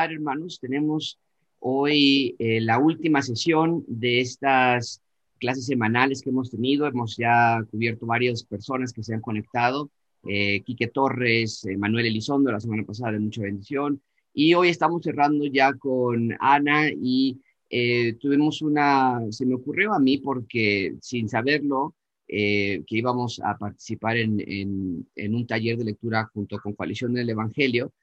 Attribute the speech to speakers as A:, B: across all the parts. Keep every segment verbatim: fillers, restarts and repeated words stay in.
A: comenzar, hermanos. Tenemos hoy eh, la última sesión de estas clases semanales que hemos tenido. Hemos ya cubierto varias personas que se han conectado. Eh, Quique Torres, eh, Manuel Elizondo, la semana pasada, de mucha bendición. Y hoy estamos cerrando ya con Ana y eh, tuvimos una, se me ocurrió a mí porque sin saberlo, eh, que íbamos a participar en, en, en un taller de lectura junto con Coalición del Evangelio.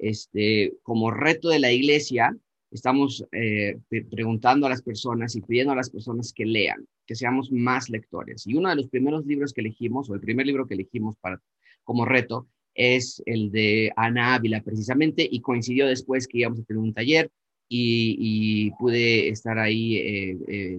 A: Este, como reto de la iglesia, estamos eh, pre preguntando a las personas y pidiendo a las personas que lean, que seamos más lectores. Y uno de los primeros libros que elegimos, o el primer libro que elegimos para, como reto, es el de Ana Ávila, precisamente, y coincidió después que íbamos a tener un taller y, y pude estar ahí eh, eh,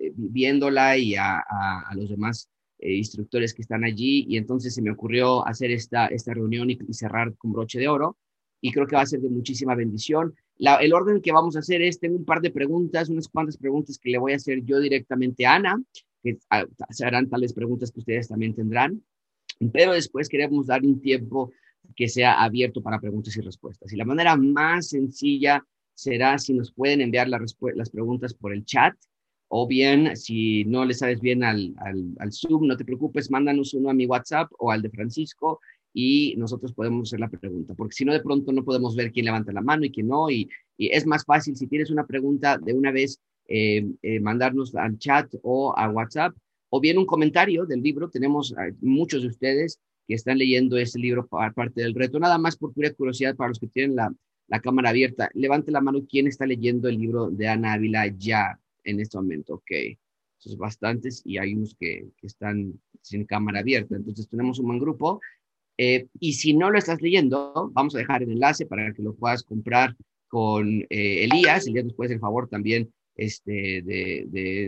A: viéndola y a, a, a los demás eh, instructores que están allí, y entonces se me ocurrió hacer esta, esta reunión y, y cerrar con broche de oro, y creo que va a ser de muchísima bendición. La, el orden que vamos a hacer es, tengo un par de preguntas, unas cuantas preguntas que le voy a hacer yo directamente a Ana, que a, serán tales preguntas que ustedes también tendrán, pero después queremos dar un tiempo que sea abierto para preguntas y respuestas. Y la manera más sencilla será si nos pueden enviar la las preguntas por el chat, o bien, si no le sabes bien al, al, al Zoom, no te preocupes, mándanos uno a mi WhatsApp o al de Francisco, y nosotros podemos hacer la pregunta, porque si no, de pronto no podemos ver quién levanta la mano y quién no, y, y es más fácil si tienes una pregunta de una vez, eh, eh, mandarnos al chat o a WhatsApp, o bien un comentario del libro. Tenemos eh, muchos de ustedes que están leyendo este libro para parte del reto. Nada más por pura curiosidad, para los que tienen la, la cámara abierta, levante la mano quién está leyendo el libro de Ana Ávila ya en este momento. Ok, entonces bastantes, y hay unos que, que están sin cámara abierta, entonces tenemos un buen grupo. Eh, y si no lo estás leyendo, vamos a dejar el enlace para que lo puedas comprar con eh, Elías. Elías nos puede hacer el favor también este, de,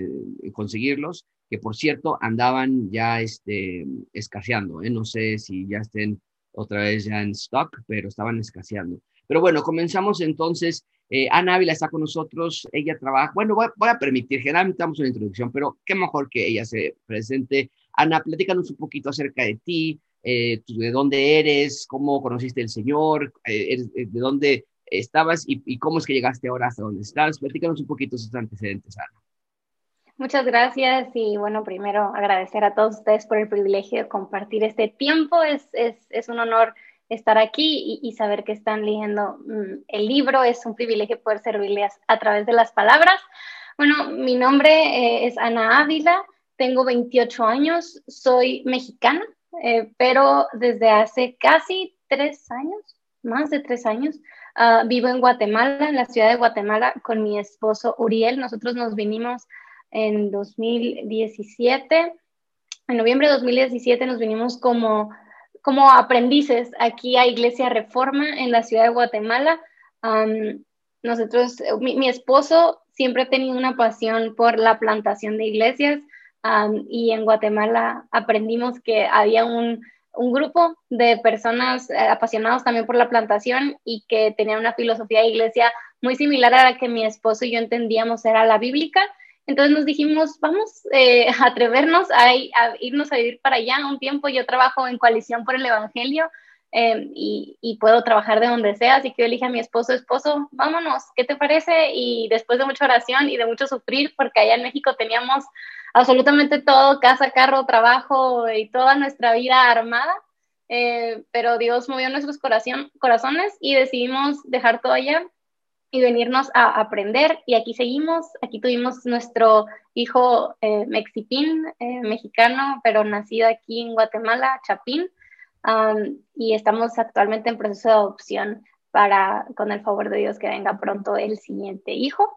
A: de conseguirlos, que por cierto andaban ya este, escaseando, ¿eh? No sé si ya estén otra vez ya en stock, pero estaban escaseando. Pero bueno, comenzamos entonces. Eh, Ana Ávila está con nosotros, ella trabaja, bueno, voy, voy a permitir, generalmente damos una introducción, pero qué mejor que ella se presente. Ana, platícanos un poquito acerca de ti, eh, de dónde eres, cómo conociste al Señor, eh, eres, de dónde estabas y, y cómo es que llegaste ahora hasta donde estás. Platícanos un poquito sus antecedentes, Ana.
B: Muchas gracias, y bueno, primero agradecer a todos ustedes por el privilegio de compartir este tiempo. Es, es, es un honor estar aquí y, y saber que están leyendo mm, el libro. Es un privilegio poder servirles a través de las palabras. Bueno, mi nombre eh, es Ana Ávila, tengo veintiocho años, soy mexicana, eh, pero desde hace casi tres años, más de tres años, uh, vivo en Guatemala, en la ciudad de Guatemala, con mi esposo Uriel. Nosotros nos vinimos en dos mil diecisiete, en noviembre de dos mil diecisiete nos vinimos como, como aprendices aquí a Iglesia Reforma en la ciudad de Guatemala. Um, nosotros, mi, mi esposo siempre ha tenido una pasión por la plantación de iglesias, um, y en Guatemala aprendimos que había un, un grupo de personas eh, apasionados también por la plantación y que tenían una filosofía de iglesia muy similar a la que mi esposo y yo entendíamos era la bíblica. Entonces nos dijimos, vamos eh, a atrevernos a, a irnos a vivir para allá un tiempo. Yo trabajo en Coalición por el Evangelio eh, y, y puedo trabajar de donde sea, así que yo le dije a mi esposo, esposo, vámonos, ¿qué te parece? Y después de mucha oración y de mucho sufrir, porque allá en México teníamos absolutamente todo, casa, carro, trabajo y toda nuestra vida armada, eh, pero Dios movió nuestros corazón, corazones y decidimos dejar todo allá y venirnos a aprender, y aquí seguimos. Aquí tuvimos nuestro hijo eh, Mexipín, eh, mexicano, pero nacido aquí en Guatemala, Chapín, um, y estamos actualmente en proceso de adopción para, con el favor de Dios, que venga pronto el siguiente hijo.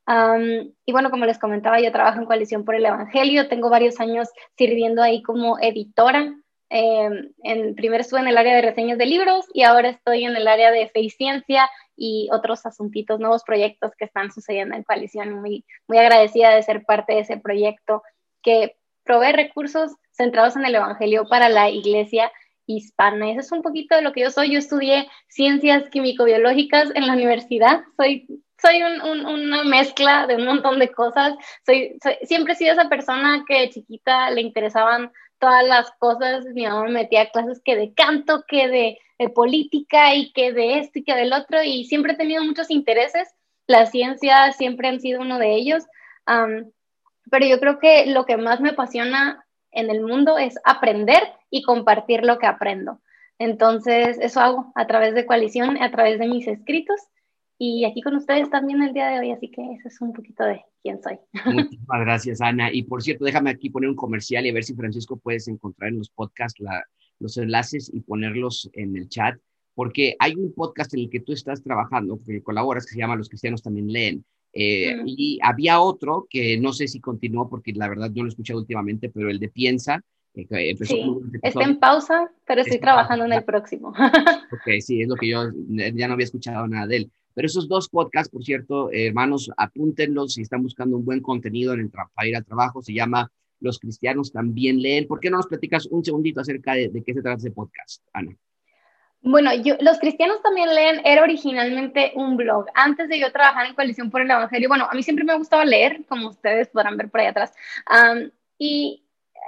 B: Um, y bueno, como les comentaba, yo trabajo en Coalición por el Evangelio, tengo varios años sirviendo ahí como editora. Eh, en, primero estuve en el área de reseñas de libros y ahora estoy en el área de fe y ciencia y otros asuntitos, nuevos proyectos que están sucediendo en Coalición. Muy, muy agradecida de ser parte de ese proyecto que provee recursos centrados en el Evangelio para la iglesia hispana. Y eso es un poquito de lo que yo soy. Yo estudié ciencias químico-biológicas en la universidad. Soy, soy un, un, una mezcla de un montón de cosas. Soy, soy, siempre he sido esa persona que de chiquita le interesaban todas las cosas, mi mamá me metía a clases que de canto, que de, de política y que de esto y que del otro, y siempre he tenido muchos intereses, la ciencia siempre han sido uno de ellos, um, pero yo creo que lo que más me apasiona en el mundo es aprender y compartir lo que aprendo. Entonces, eso hago a través de Coalición, a través de mis escritos, y aquí con ustedes también el día de hoy, así que eso es un poquito de quién soy.
A: Muchísimas gracias, Ana. Y por cierto, déjame aquí poner un comercial y a ver si Francisco puedes encontrar en los podcasts la, los enlaces y ponerlos en el chat, porque hay un podcast en el que tú estás trabajando, que colaboras, que se llama Los Cristianos También Leen. Eh, mm. Y había otro que no sé si continuó, porque la verdad no lo he escuchado últimamente, pero el de Piensa.
B: Eh, empezó sí, está en pausa, pero estoy trabajando en el próximo.
A: Ok, sí, es lo que yo ya no había escuchado nada de él. Pero esos dos podcasts, por cierto, eh, hermanos, apúntenlos si están buscando un buen contenido en el para ir al trabajo. Se llama Los Cristianos También Leen. ¿Por qué no nos platicas un segundito acerca de, de qué se trata ese podcast, Ana?
B: Bueno, yo, Los Cristianos También Leen era originalmente un blog. Antes de yo trabajar en Coalición por el Evangelio, bueno, a mí siempre me ha gustado leer, como ustedes podrán ver por ahí atrás. Um, y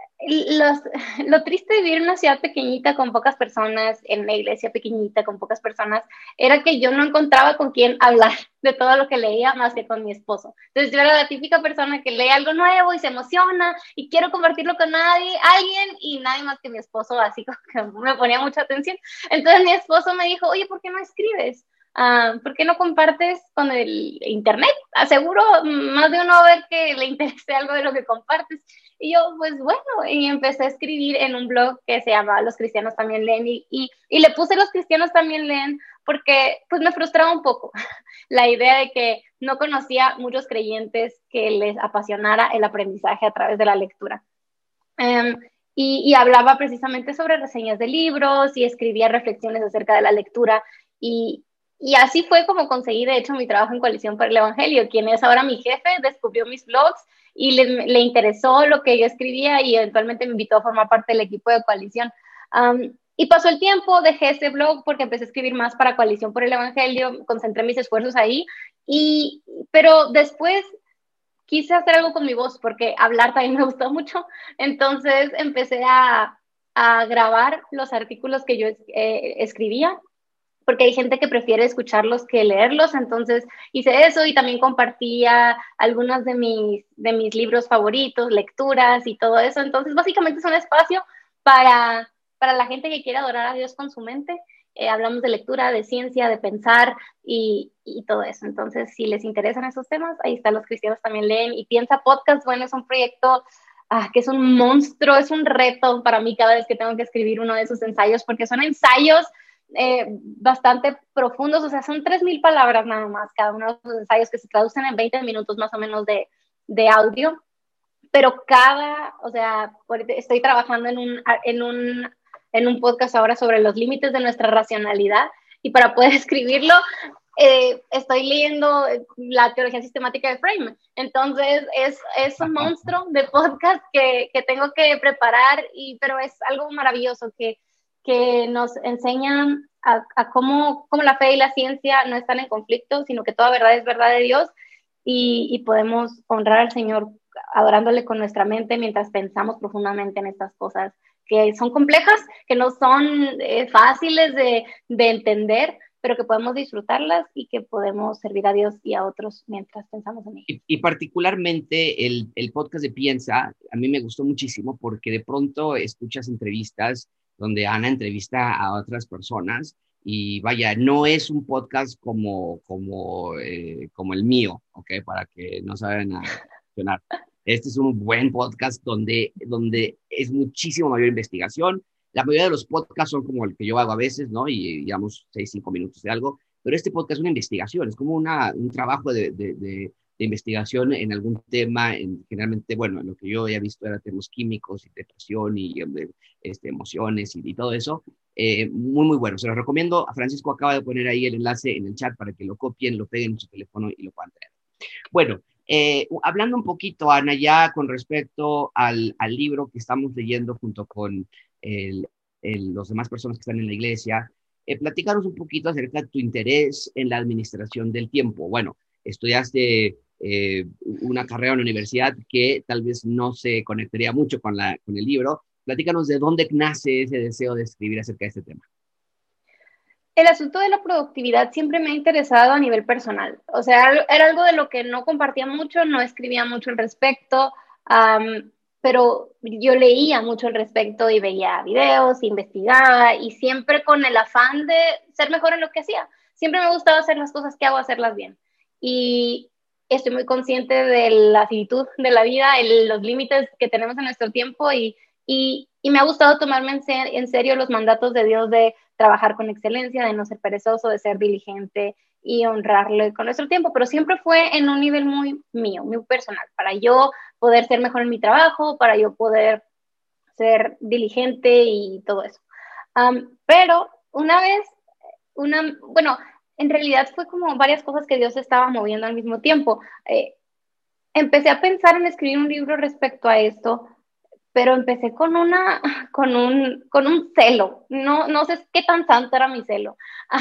B: Los, lo triste de vivir en una ciudad pequeñita con pocas personas, en una iglesia pequeñita con pocas personas, era que yo no encontraba con quién hablar de todo lo que leía más que con mi esposo. Entonces yo era la típica persona que lee algo nuevo y se emociona y quiero compartirlo con nadie, alguien y nadie más que mi esposo, así como que me ponía mucha atención. Entonces mi esposo me dijo, oye, ¿por qué no escribes? Uh, ¿por qué no compartes con el internet? Aseguro más de uno va a ver que le interese algo de lo que compartes. Y yo, pues bueno, y empecé a escribir en un blog que se llama Los Cristianos También Leen y, y, y le puse Los Cristianos También Leen porque pues me frustraba un poco la idea de que no conocía muchos creyentes que les apasionara el aprendizaje a través de la lectura. Um, y, y hablaba precisamente sobre reseñas de libros y escribía reflexiones acerca de la lectura y Y así fue como conseguí, de hecho, mi trabajo en Coalición por el Evangelio. Quien es ahora mi jefe descubrió mis blogs y le, le interesó lo que yo escribía y eventualmente me invitó a formar parte del equipo de Coalición. Um, y pasó el tiempo, dejé ese blog porque empecé a escribir más para Coalición por el Evangelio, concentré mis esfuerzos ahí. Y, pero después quise hacer algo con mi voz porque hablar también me gustó mucho. Entonces empecé a, a grabar los artículos que yo eh, escribía, porque hay gente que prefiere escucharlos que leerlos, entonces hice eso y también compartía algunos de mis, de mis libros favoritos, lecturas y todo eso, entonces básicamente es un espacio para, para la gente que quiere adorar a Dios con su mente. Eh, hablamos de lectura, de ciencia, de pensar y, y todo eso, entonces si les interesan esos temas, ahí están Los Cristianos También Leen y Piensa Podcast. Bueno, es un proyecto ah, que es un monstruo, es un reto para mí cada vez que tengo que escribir uno de esos ensayos, porque son ensayos Eh, bastante profundos, o sea, son tres mil palabras nada más, cada uno de los ensayos que se traducen en veinte minutos más o menos de, de audio, pero cada, o sea, estoy trabajando en un, en, un, en un podcast ahora sobre los límites de nuestra racionalidad y para poder escribirlo eh, estoy leyendo la teología sistemática de Frame, entonces es, es un monstruo de podcast que, que tengo que preparar, y, pero es algo maravilloso que que nos enseñan a, a cómo, cómo la fe y la ciencia no están en conflicto, sino que toda verdad es verdad de Dios y, y podemos honrar al Señor adorándole con nuestra mente mientras pensamos profundamente en estas cosas que son complejas, que no son eh, fáciles de, de entender, pero que podemos disfrutarlas y que podemos servir a Dios y a otros mientras pensamos en ellas.
A: Y, y particularmente el, el podcast de Piensa, a mí me gustó muchísimo porque de pronto escuchas entrevistas donde Ana entrevista a otras personas y vaya, no es un podcast como, como, eh, como el mío, ¿ok? Para que no saben a funcionar. Este es un buen podcast donde, donde es muchísimo mayor investigación. La mayoría de los podcasts son como el que yo hago a veces, ¿no? Y digamos seis, cinco minutos de algo, pero este podcast es una investigación, es como una, un trabajo de, de, de, de investigación en algún tema, en, generalmente, bueno, en lo que yo había visto era temas químicos y depresión y este, emociones y, y todo eso. Eh, muy, muy bueno. Se los recomiendo. A Francisco acaba de poner ahí el enlace en el chat para que lo copien, lo peguen en su teléfono y lo puedan traer. Bueno, eh, hablando un poquito, Ana, ya con respecto al, al libro que estamos leyendo junto con el, el, los demás personas que están en la iglesia, eh, platícanos un poquito acerca de tu interés en la administración del tiempo. Bueno, estudiaste eh, una carrera en la universidad que tal vez no se conectaría mucho con, la, con el libro, Platícanos de dónde nace ese deseo de escribir acerca de este tema.
B: El asunto de la productividad siempre me ha interesado a nivel personal. O sea, era algo de lo que no compartía mucho, no escribía mucho al respecto, um, pero yo leía mucho al respecto y veía videos, investigaba y siempre con el afán de ser mejor en lo que hacía. Siempre me ha gustado hacer las cosas que hago, hacerlas bien. Y estoy muy consciente de la finitud de la vida, el, los límites que tenemos en nuestro tiempo y, y, y me ha gustado tomarme en, ser, en serio los mandatos de Dios de trabajar con excelencia, de no ser perezoso, de ser diligente y honrarle con nuestro tiempo, pero siempre fue en un nivel muy mío, muy personal, para yo poder ser mejor en mi trabajo, para yo poder ser diligente y todo eso. Um, pero una vez, una, bueno, en realidad fue como varias cosas que Dios estaba moviendo al mismo tiempo. Eh, empecé a pensar en escribir un libro respecto a esto, pero empecé con una, con un, con un celo. No, no sé qué tan santo era mi celo,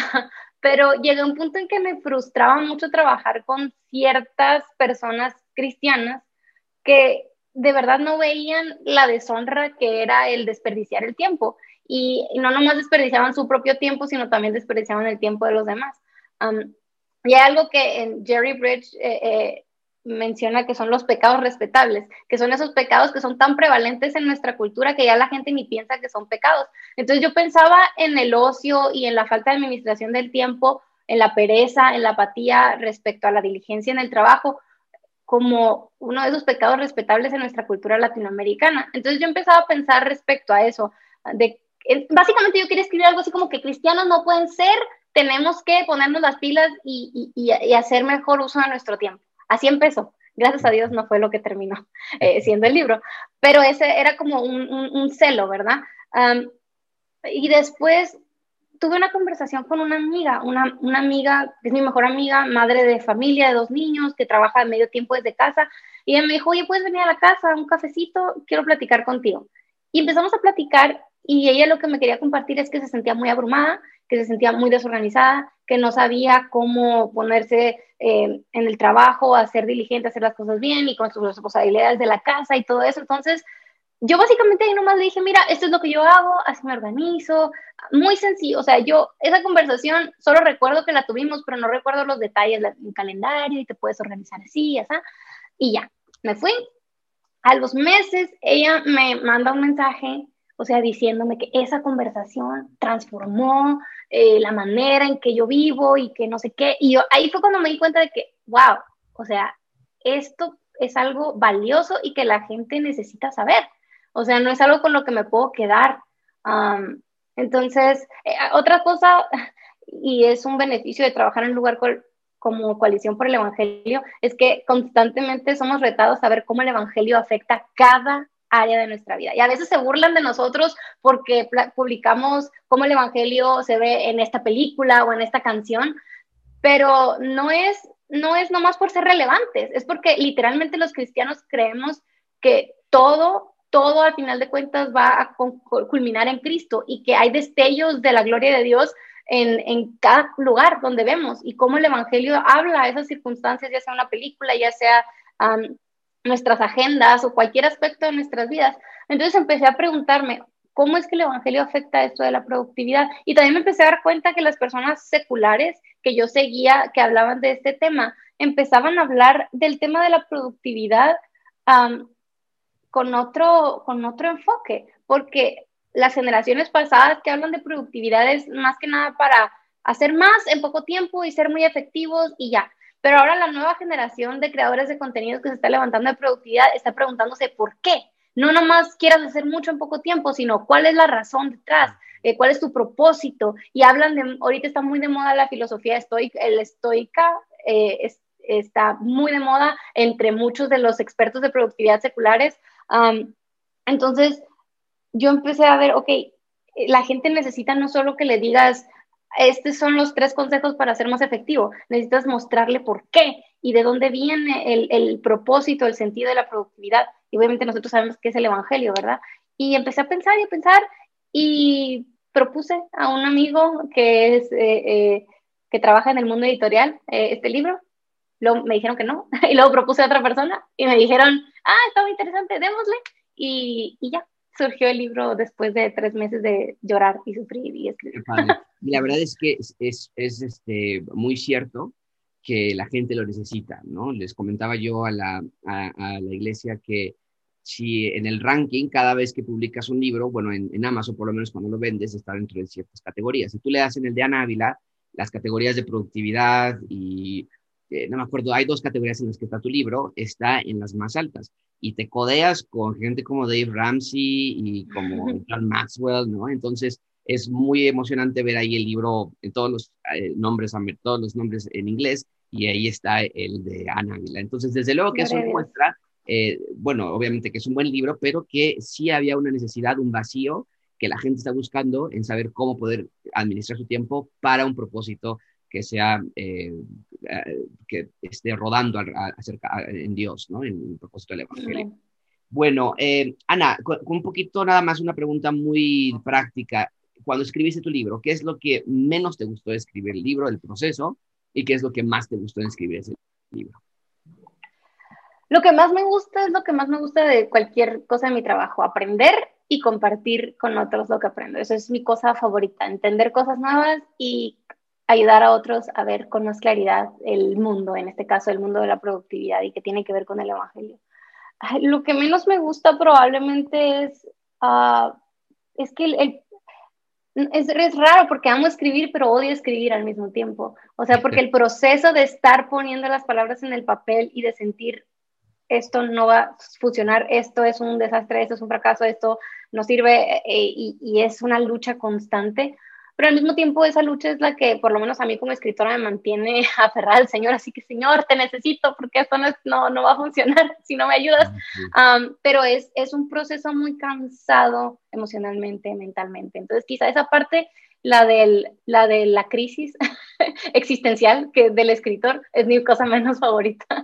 B: pero llegué a un punto en que me frustraba mucho trabajar con ciertas personas cristianas que de verdad no veían la deshonra que era el desperdiciar el tiempo. Y, y no nomás desperdiciaban su propio tiempo, sino también desperdiciaban el tiempo de los demás. Um, y hay algo que en Jerry Bridge eh, eh, menciona que son los pecados respetables, que son esos pecados que son tan prevalentes en nuestra cultura que ya la gente ni piensa que son pecados. Entonces yo pensaba en el ocio y en la falta de administración del tiempo, en la pereza, en la apatía respecto a la diligencia en el trabajo, como uno de esos pecados respetables en nuestra cultura latinoamericana. Entonces yo empezaba a pensar respecto a eso, de básicamente yo quería escribir algo así como que cristianos no pueden ser, tenemos que ponernos las pilas y, y, y hacer mejor uso de nuestro tiempo. Así empezó. Gracias a Dios no fue lo que terminó eh, siendo el libro, pero ese era como un, un, un celo, ¿verdad? Um, y después tuve una conversación con una amiga, una, una amiga que es mi mejor amiga, madre de familia, de dos niños, que trabaja de medio tiempo desde casa, y ella me dijo, oye, ¿puedes venir a la casa, un cafecito? Quiero platicar contigo. Y empezamos a platicar, y ella lo que me quería compartir es que se sentía muy abrumada, que se sentía muy desorganizada, que no sabía cómo ponerse eh, en el trabajo, a ser diligente, a hacer las cosas bien, y con sus responsabilidades de la casa y todo eso. Entonces, yo básicamente ahí nomás le dije, mira, esto es lo que yo hago, así me organizo, muy sencillo, o sea, yo, esa conversación solo recuerdo que la tuvimos, pero no recuerdo los detalles, el calendario y te puedes organizar así, así, y ya, me fui. A los meses ella me manda un mensaje, o sea, diciéndome que esa conversación transformó eh, la manera en que yo vivo y que no sé qué, y yo, ahí fue cuando me di cuenta de que, wow, o sea, esto es algo valioso y que la gente necesita saber. O sea, no es algo con lo que me puedo quedar. Um, entonces, eh, otra cosa, y es un beneficio de trabajar en un lugar co como Coalición por el Evangelio, es que constantemente somos retados a ver cómo el Evangelio afecta cada área de nuestra vida. Y a veces se burlan de nosotros porque publicamos cómo el Evangelio se ve en esta película o en esta canción, pero no es, no es nomás por ser relevantes, es porque literalmente los cristianos creemos que todo todo al final de cuentas va a culminar en Cristo y que hay destellos de la gloria de Dios en, en cada lugar donde vemos y cómo el Evangelio habla a esas circunstancias, ya sea una película, ya sea um, nuestras agendas o cualquier aspecto de nuestras vidas. Entonces empecé a preguntarme, ¿cómo es que el Evangelio afecta esto de la productividad? Y también me empecé a dar cuenta que las personas seculares que yo seguía, que hablaban de este tema, empezaban a hablar del tema de la productividad um, con otro, con otro enfoque, porque las generaciones pasadas que hablan de productividad es más que nada para hacer más en poco tiempo y ser muy efectivos y ya. Pero ahora la nueva generación de creadores de contenidos que se está levantando de productividad está preguntándose por qué. No nomás quieras hacer mucho en poco tiempo, sino cuál es la razón detrás, eh, cuál es tu propósito. Y hablan de, ahorita está muy de moda la filosofía estoica, el estoica, eh, es, está muy de moda entre muchos de los expertos de productividad seculares. Um, entonces, yo empecé a ver, ok, la gente necesita no solo que le digas, estos son los tres consejos para ser más efectivo, necesitas mostrarle por qué y de dónde viene el, el propósito, el sentido de la productividad. Y obviamente nosotros sabemos que es el Evangelio, ¿verdad? Y empecé a pensar y a pensar y propuse a un amigo que, es, eh, eh, que trabaja en el mundo editorial eh, este libro. Luego me dijeron que no, y luego propuse a otra persona y me dijeron, ah, está muy interesante, démosle, y, y ya, surgió el libro después de tres meses de llorar y sufrir y
A: Qué
B: escribir.
A: padre. Y la verdad es que es, es, es, este, muy cierto que la gente lo necesita, ¿no? Les comentaba yo a la, a, a la iglesia que si en el ranking, cada vez que publicas un libro, bueno, en, en Amazon por lo menos cuando lo vendes, está dentro de ciertas categorías. Si tú le das en el de Ana Ávila, las categorías de productividad y, eh, no me acuerdo, hay dos categorías en las que está tu libro, está en las más altas. Y te codeas con gente como Dave Ramsey y como John Maxwell, ¿no? Entonces, es muy emocionante ver ahí el libro en todos los eh, nombres, todos los nombres en inglés, y ahí está el de Ana Ávila. Entonces, desde luego que eso
B: Gloria a Dios.
A: demuestra, eh, bueno, obviamente que es un buen libro, pero que sí había una necesidad, un vacío que la gente está buscando en saber cómo poder administrar su tiempo para un propósito que sea, eh, eh, que esté rodando a, a, acerca, a, en Dios, ¿no? En el propósito del Evangelio.
B: Amén.
A: Bueno, eh, Ana, con, con un poquito nada más una pregunta muy práctica. Cuando escribiste tu libro, ¿qué es lo que menos te gustó de escribir el libro, el proceso, y qué es lo que más te gustó de escribir ese libro?
B: Lo que más me gusta es lo que más me gusta de cualquier cosa de mi trabajo, aprender y compartir con otros lo que aprendo. Eso es mi cosa favorita, entender cosas nuevas y ayudar a otros a ver con más claridad el mundo, en este caso el mundo de la productividad y que tiene que ver con el evangelio. Ay, lo que menos me gusta probablemente es, uh, es que el, el es, es raro porque amo escribir, pero odio escribir al mismo tiempo. O sea, porque el proceso de estar poniendo las palabras en el papel y de sentir esto no va a funcionar, esto es un desastre, esto es un fracaso, esto no sirve eh, y, y es una lucha constante, pero al mismo tiempo esa lucha es la que por lo menos a mí como escritora me mantiene aferrada al Señor, así que Señor, te necesito porque esto no, es, no, no va a funcionar si no me ayudas, um, pero es, es un proceso muy cansado emocionalmente, mentalmente, entonces quizá esa parte, la, del, la de la crisis existencial que del escritor es mi cosa menos favorita.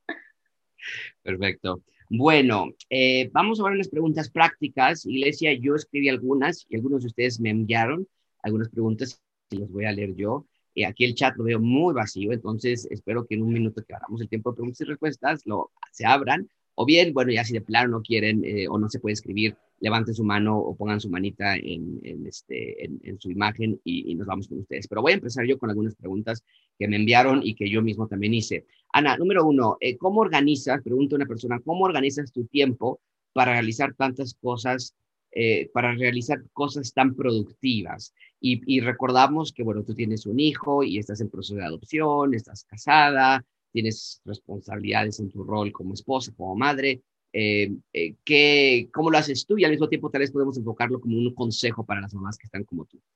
A: Perfecto. Bueno, eh, vamos a ver unas preguntas prácticas. Iglesia, yo escribí algunas y algunos de ustedes me enviaron algunas preguntas y las voy a leer yo. Eh, aquí el chat lo veo muy vacío, entonces espero que en un minuto que hagamos el tiempo de preguntas y respuestas lo, se abran. O bien, bueno, ya si de plano no quieren eh, o no se puede escribir, levanten su mano o pongan su manita en, en, este, en, en su imagen y, y nos vamos con ustedes. Pero voy a empezar yo con algunas preguntas que me enviaron y que yo mismo también hice. Ana, número uno, eh, ¿cómo organizas, pregunta una persona, cómo organizas tu tiempo para realizar tantas cosas, eh, para realizar cosas tan productivas? Y, y recordamos que, bueno, tú tienes un hijo y estás en proceso de adopción, estás casada, tienes responsabilidades en tu rol como esposa, como madre. Eh, eh, ¿qué, ¿Cómo lo haces tú? Y al mismo tiempo tal vez podemos enfocarlo como un consejo para las mamás que están como tú.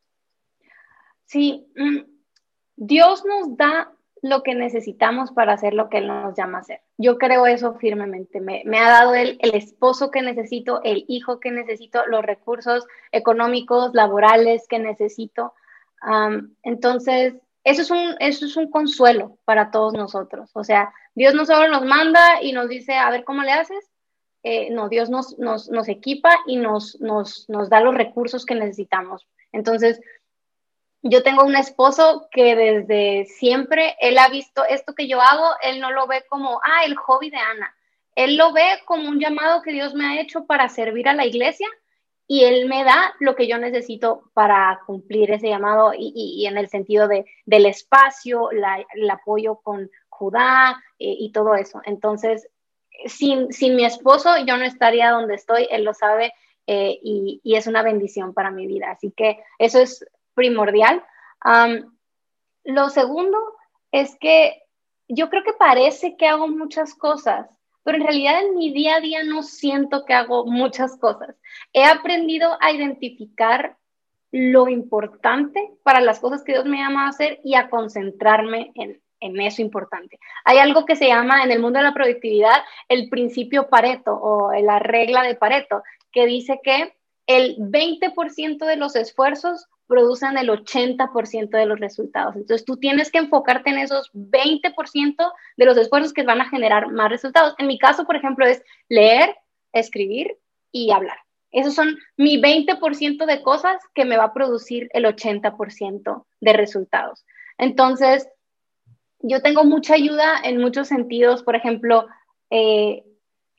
B: Sí, Dios nos da lo que necesitamos para hacer lo que Él nos llama a hacer. Yo creo eso firmemente. Me, me ha dado Él el esposo que necesito, el hijo que necesito, los recursos económicos, laborales que necesito. Um, entonces, eso es, un, eso es un consuelo para todos nosotros. O sea, Dios no solo nos manda y nos dice, a ver cómo le haces. Eh, no, Dios nos, nos, nos equipa y nos, nos, nos da los recursos que necesitamos. Entonces, yo tengo un esposo que desde siempre, él ha visto esto que yo hago, él no lo ve como, ah, el hobby de Ana. Él lo ve como un llamado que Dios me ha hecho para servir a la iglesia y él me da lo que yo necesito para cumplir ese llamado y, y, y en el sentido de, del espacio, la, el apoyo con Judá eh, y todo eso. Entonces, sin, sin mi esposo yo no estaría donde estoy, él lo sabe eh, y, y es una bendición para mi vida. Así que eso es primordial. Um, lo segundo es que yo creo que parece que hago muchas cosas, pero en realidad en mi día a día no siento que hago muchas cosas. He aprendido a identificar lo importante para las cosas que Dios me llama a hacer y a concentrarme en, en eso importante. Hay algo que se llama en el mundo de la productividad el principio Pareto o la regla de Pareto, que dice que el veinte por ciento de los esfuerzos producen el ochenta por ciento de los resultados. Entonces tú tienes que enfocarte en esos veinte por ciento de los esfuerzos que van a generar más resultados. En mi caso, por ejemplo, es leer, escribir y hablar. Esos son mi veinte por ciento de cosas que me va a producir el ochenta por ciento de resultados. Entonces, yo tengo mucha ayuda en muchos sentidos. Por ejemplo, eh,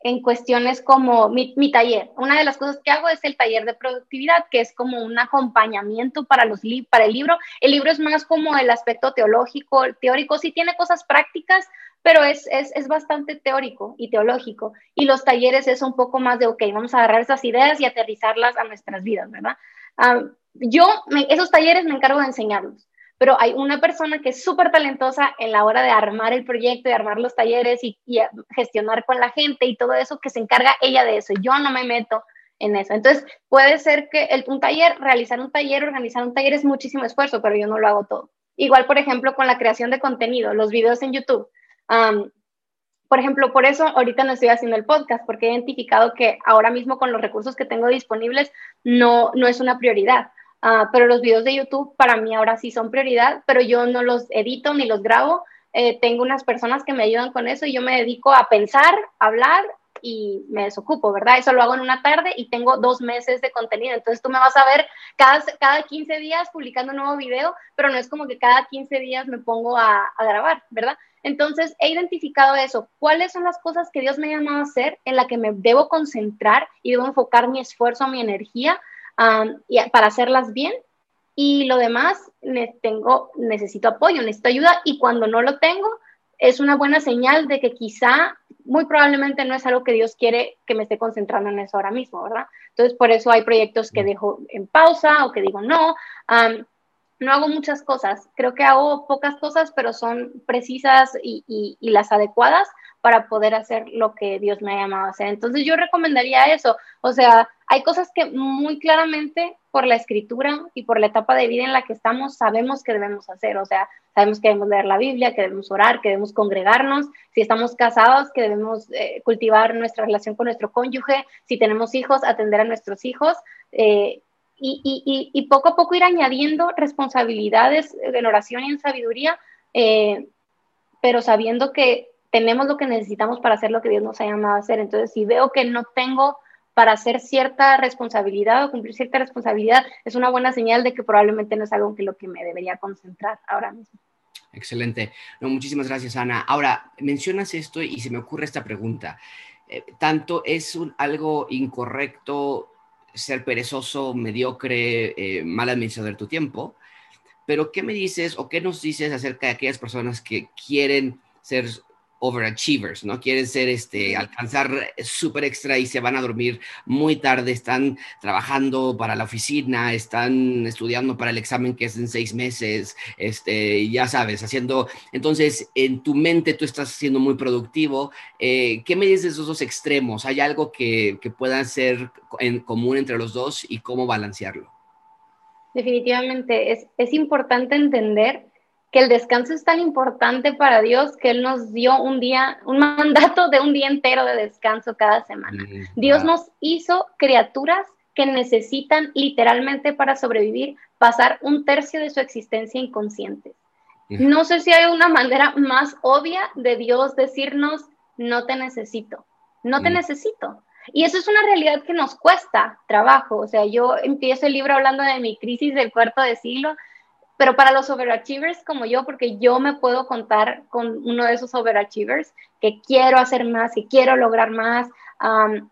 B: en cuestiones como mi, mi taller. Una de las cosas que hago es el taller de productividad, que es como un acompañamiento para, los li para el libro. El libro es más como el aspecto teológico, teórico, sí tiene cosas prácticas, pero es, es, es bastante teórico y teológico. Y los talleres es un poco más de, ok, vamos a agarrar esas ideas y aterrizarlas a nuestras vidas, ¿verdad? Um, yo, me, esos talleres me encargo de enseñarlos. Pero hay una persona que es súper talentosa en la hora de armar el proyecto, de armar los talleres y, y gestionar con la gente y todo eso, que se encarga ella de eso. Yo no me meto en eso. Entonces, puede ser que el, un taller, realizar un taller, organizar un taller es muchísimo esfuerzo, pero yo no lo hago todo. Igual, por ejemplo, con la creación de contenido, los videos en YouTube. Um, por ejemplo, por eso ahorita no estoy haciendo el podcast, porque he identificado que ahora mismo con los recursos que tengo disponibles no, no es una prioridad. Uh, pero los videos de YouTube para mí ahora sí son prioridad, pero yo no los edito ni los grabo. Eh, tengo unas personas que me ayudan con eso y yo me dedico a pensar, a hablar y me desocupo, ¿verdad? Eso lo hago en una tarde y tengo dos meses de contenido. Entonces tú me vas a ver cada, cada quince días publicando un nuevo video, pero no es como que cada quince días me pongo a, a grabar, ¿verdad? Entonces he identificado eso. ¿Cuáles son las cosas que Dios me ha llamado a hacer en la que me debo concentrar y debo enfocar mi esfuerzo, mi energía um, y para hacerlas bien? Y lo demás, ne tengo, necesito apoyo, necesito ayuda, y cuando no lo tengo, es una buena señal de que quizá, muy probablemente no es algo que Dios quiere que me esté concentrando en eso ahora mismo, ¿verdad? Entonces, por eso hay proyectos que dejo en pausa o que digo no. Um, no hago muchas cosas, creo que hago pocas cosas, pero son precisas y, y, y las adecuadas para poder hacer lo que Dios me ha llamado a hacer. Entonces yo recomendaría eso. O sea, hay cosas que muy claramente por la escritura y por la etapa de vida en la que estamos sabemos que debemos hacer. O sea, sabemos que debemos leer la Biblia, que debemos orar, que debemos congregarnos. Si estamos casados, que debemos eh, cultivar nuestra relación con nuestro cónyuge. Si tenemos hijos, atender a nuestros hijos. Eh, y, y, y poco a poco ir añadiendo responsabilidades en oración y en sabiduría, eh, pero sabiendo que tenemos lo que necesitamos para hacer lo que Dios nos ha llamado a hacer. Entonces, si veo que no tengo para hacer cierta responsabilidad o cumplir cierta responsabilidad, es una buena señal de que probablemente no es algo en lo que me debería concentrar ahora mismo.
A: Excelente. No, muchísimas gracias, Ana. Ahora, mencionas esto y se me ocurre esta pregunta. Eh, tanto es un, algo incorrecto ser perezoso, mediocre, eh, mal administrador de tu tiempo, pero ¿qué me dices o qué nos dices acerca de aquellas personas que quieren ser overachievers, ¿no? Quieren ser, este, alcanzar súper extra y se van a dormir muy tarde, están trabajando para la oficina, están estudiando para el examen que es en seis meses, este, ya sabes, haciendo, entonces en tu mente tú estás siendo muy productivo. Eh, ¿qué me dices de esos dos extremos? ¿Hay algo que, que pueda ser en común entre los dos y cómo balancearlo?
B: Definitivamente es, es importante entender que el descanso es tan importante para Dios que Él nos dio un día, un mandato de un día entero de descanso cada semana. Mm, Dios wow. nos hizo criaturas que necesitan literalmente para sobrevivir pasar un tercio de su existencia inconscientes. Mm. No sé si hay una manera más obvia de Dios decirnos, no te necesito, no te mm. necesito. Y eso es una realidad que nos cuesta trabajo. O sea, yo empiezo el libro hablando de mi crisis del cuarto de siglo, pero para los overachievers como yo, porque yo me puedo contar con uno de esos overachievers que quiero hacer más, que quiero lograr más, um,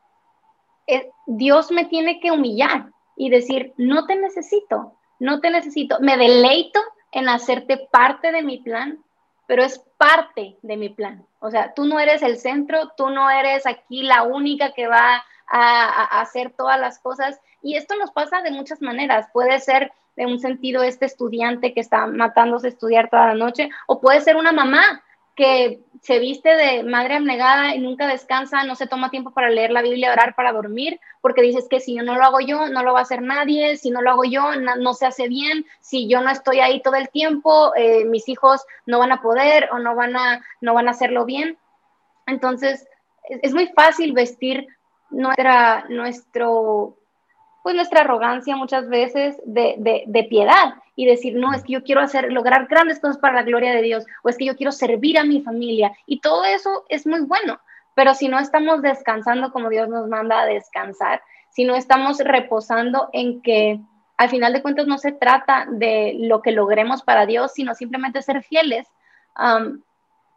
B: eh, Dios me tiene que humillar y decir, no te necesito, no te necesito. Me deleito en hacerte parte de mi plan, pero es parte de mi plan. O sea, tú no eres el centro, tú no eres aquí la única que va a, a hacer todas las cosas. Y esto nos pasa de muchas maneras. Puede ser de un sentido este estudiante que está matándose a estudiar toda la noche, o puede ser una mamá que se viste de madre abnegada y nunca descansa, no se toma tiempo para leer la Biblia, orar, para dormir, porque dices que si yo no lo hago yo, no lo va a hacer nadie, si no lo hago yo, no, no se hace bien, si yo no estoy ahí todo el tiempo, eh, mis hijos no van a poder o no van a, no van a hacerlo bien. Entonces, es, es muy fácil vestir nuestra, nuestro, pues nuestra arrogancia muchas veces de, de, de piedad y decir, no, es que yo quiero hacer, lograr grandes cosas para la gloria de Dios, o es que yo quiero servir a mi familia, y todo eso es muy bueno, pero si no estamos descansando como Dios nos manda a descansar, si no estamos reposando en que al final de cuentas no se trata de lo que logremos para Dios, sino simplemente ser fieles, um,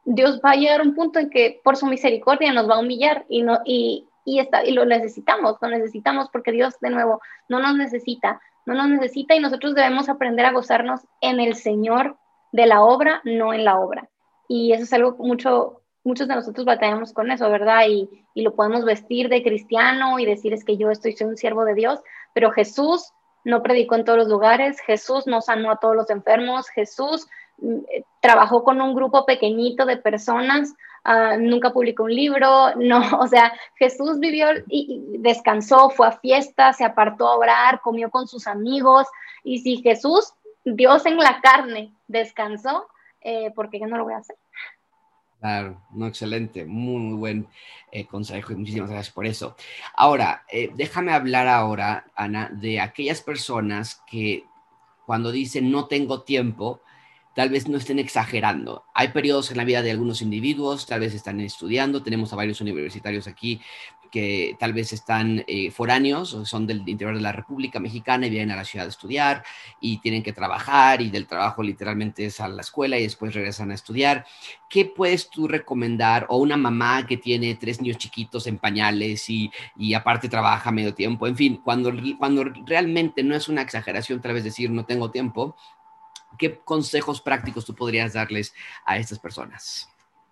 B: Dios va a llegar a un punto en que por su misericordia nos va a humillar y, no, y, y, está, y lo necesitamos, lo necesitamos porque Dios, de nuevo, no nos necesita, no nos necesita y nosotros debemos aprender a gozarnos en el Señor de la obra, no en la obra. Y eso es algo mucho, muchos de nosotros batallamos con eso, ¿verdad? Y, y lo podemos vestir de cristiano y decir es que yo estoy, soy un siervo de Dios, pero Jesús no predicó en todos los lugares, Jesús no sanó a todos los enfermos, Jesús trabajó con un grupo pequeñito de personas, uh, nunca publicó un libro, no, o sea, Jesús vivió y, y descansó, fue a fiestas, se apartó a orar, comió con sus amigos, y si Jesús, Dios en la carne, descansó, eh, ¿por qué yo no lo voy a hacer?
A: Claro, no, excelente, muy, muy buen eh, consejo y muchísimas gracias por eso. Ahora, eh, déjame hablar ahora, Ana, de aquellas personas que cuando dicen no tengo tiempo, tal vez no estén exagerando. Hay periodos en la vida de algunos individuos, tal vez están estudiando, tenemos a varios universitarios aquí que tal vez están eh, foráneos o son del interior de la República Mexicana y vienen a la ciudad a estudiar y tienen que trabajar y del trabajo literalmente es a la escuela y después regresan a estudiar. ¿Qué puedes tú recomendar? O una mamá que tiene tres niños chiquitos en pañales y, y aparte trabaja medio tiempo, en fin, cuando, cuando realmente no es una exageración tal vez decir no tengo tiempo, ¿qué consejos prácticos tú podrías darles a estas personas?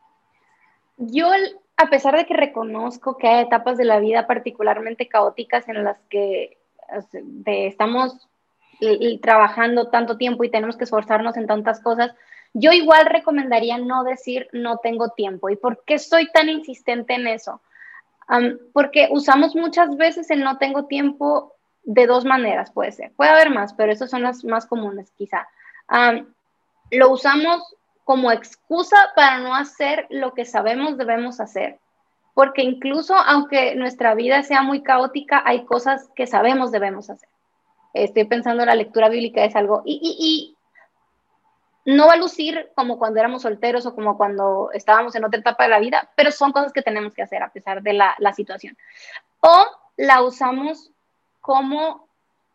B: Yo, a pesar de que reconozco que hay etapas de la vida particularmente caóticas en las que de, estamos trabajando tanto tiempo y tenemos que esforzarnos en tantas cosas, yo igual recomendaría no decir no tengo tiempo. ¿Y por qué soy tan insistente en eso? Um, porque usamos muchas veces el no tengo tiempo de dos maneras, puede ser. Puede haber más, pero esas son las más comunes quizá. Um, lo usamos como excusa para no hacer lo que sabemos debemos hacer. Porque incluso aunque nuestra vida sea muy caótica, hay cosas que sabemos debemos hacer. Estoy pensando en la lectura bíblica, es algo, y, y, y no va a lucir como cuando éramos solteros o como cuando estábamos en otra etapa de la vida, pero son cosas que tenemos que hacer a pesar de la, la situación. O la usamos como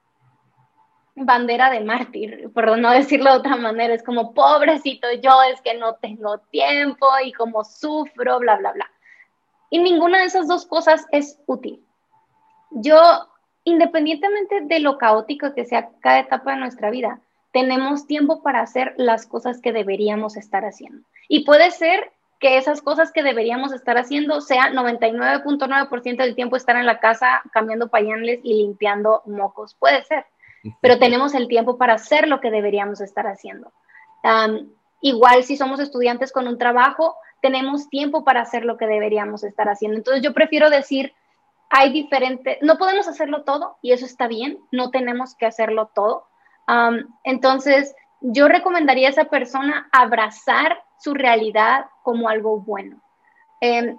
B: bandera de mártir, por no decirlo de otra manera, es como pobrecito yo, es que no tengo tiempo y como sufro, bla, bla, bla. Y ninguna de esas dos cosas es útil. Yo, independientemente de lo caótico que sea cada etapa de nuestra vida, tenemos tiempo para hacer las cosas que deberíamos estar haciendo. Y puede ser que esas cosas que deberíamos estar haciendo sea noventa y nueve punto nueve por ciento del tiempo estar en la casa cambiando pañales y limpiando mocos. Puede ser, pero tenemos el tiempo para hacer lo que deberíamos estar haciendo. Um, igual si somos estudiantes con un trabajo, tenemos tiempo para hacer lo que deberíamos estar haciendo. Entonces yo prefiero decir, hay diferentes, no podemos hacerlo todo y eso está bien, no tenemos que hacerlo todo. Um, entonces yo recomendaría a esa persona abrazar su realidad como algo bueno. Eh,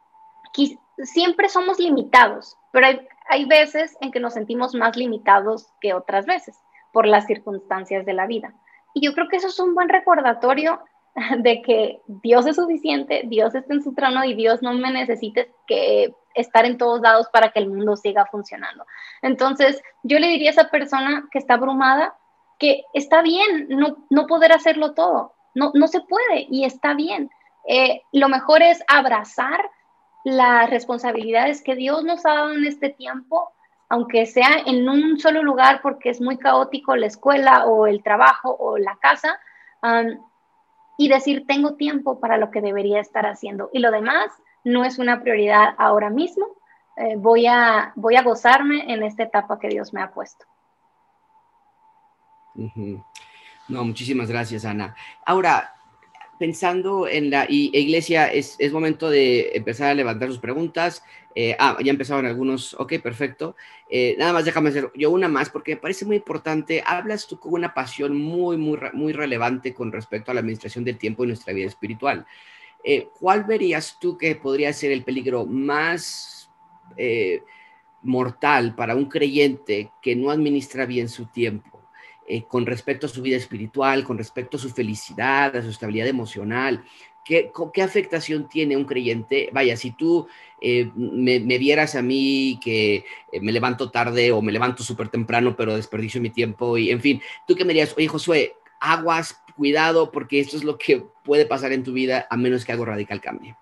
B: siempre somos limitados, pero hay, hay veces en que nos sentimos más limitados que otras veces por las circunstancias de la vida. Y yo creo que eso es un buen recordatorio de que Dios es suficiente, Dios está en su trono y Dios no me necesita que estar en todos lados para que el mundo siga funcionando. Entonces, yo le diría a esa persona que está abrumada que está bien no, no poder hacerlo todo, no, no se puede y está bien. Eh, lo mejor es abrazar las responsabilidades que Dios nos ha dado en este tiempo, aunque sea en un solo lugar porque es muy caótico la escuela o el trabajo o la casa, um, y decir, tengo tiempo para lo que debería estar haciendo. Y lo demás no es una prioridad ahora mismo. Eh, voy a, voy a gozarme en esta etapa que Dios me ha puesto.
A: Uh-huh. No, muchísimas gracias, Ana. Ahora, pensando en la y, iglesia, es, es momento de empezar a levantar sus preguntas. Eh, ah, ya empezaron algunos. Ok, perfecto. Eh, nada más déjame hacer yo una más porque me parece muy importante. Hablas tú con una pasión muy, muy, muy relevante con respecto a la administración del tiempo en nuestra vida espiritual. Eh, ¿Cuál verías tú que podría ser el peligro más eh, mortal para un creyente que no administra bien su tiempo? Eh, con respecto a su vida espiritual, con respecto a su felicidad, a su estabilidad emocional. ¿Qué, qué afectación tiene un creyente? Vaya, si tú eh, me, me vieras a mí que eh, me levanto tarde o me levanto súper temprano, pero desperdicio mi tiempo y, en fin, ¿tú qué me dirías? Oye, Josué, aguas, cuidado porque esto es lo que puede pasar en tu vida a menos que algo radical cambie?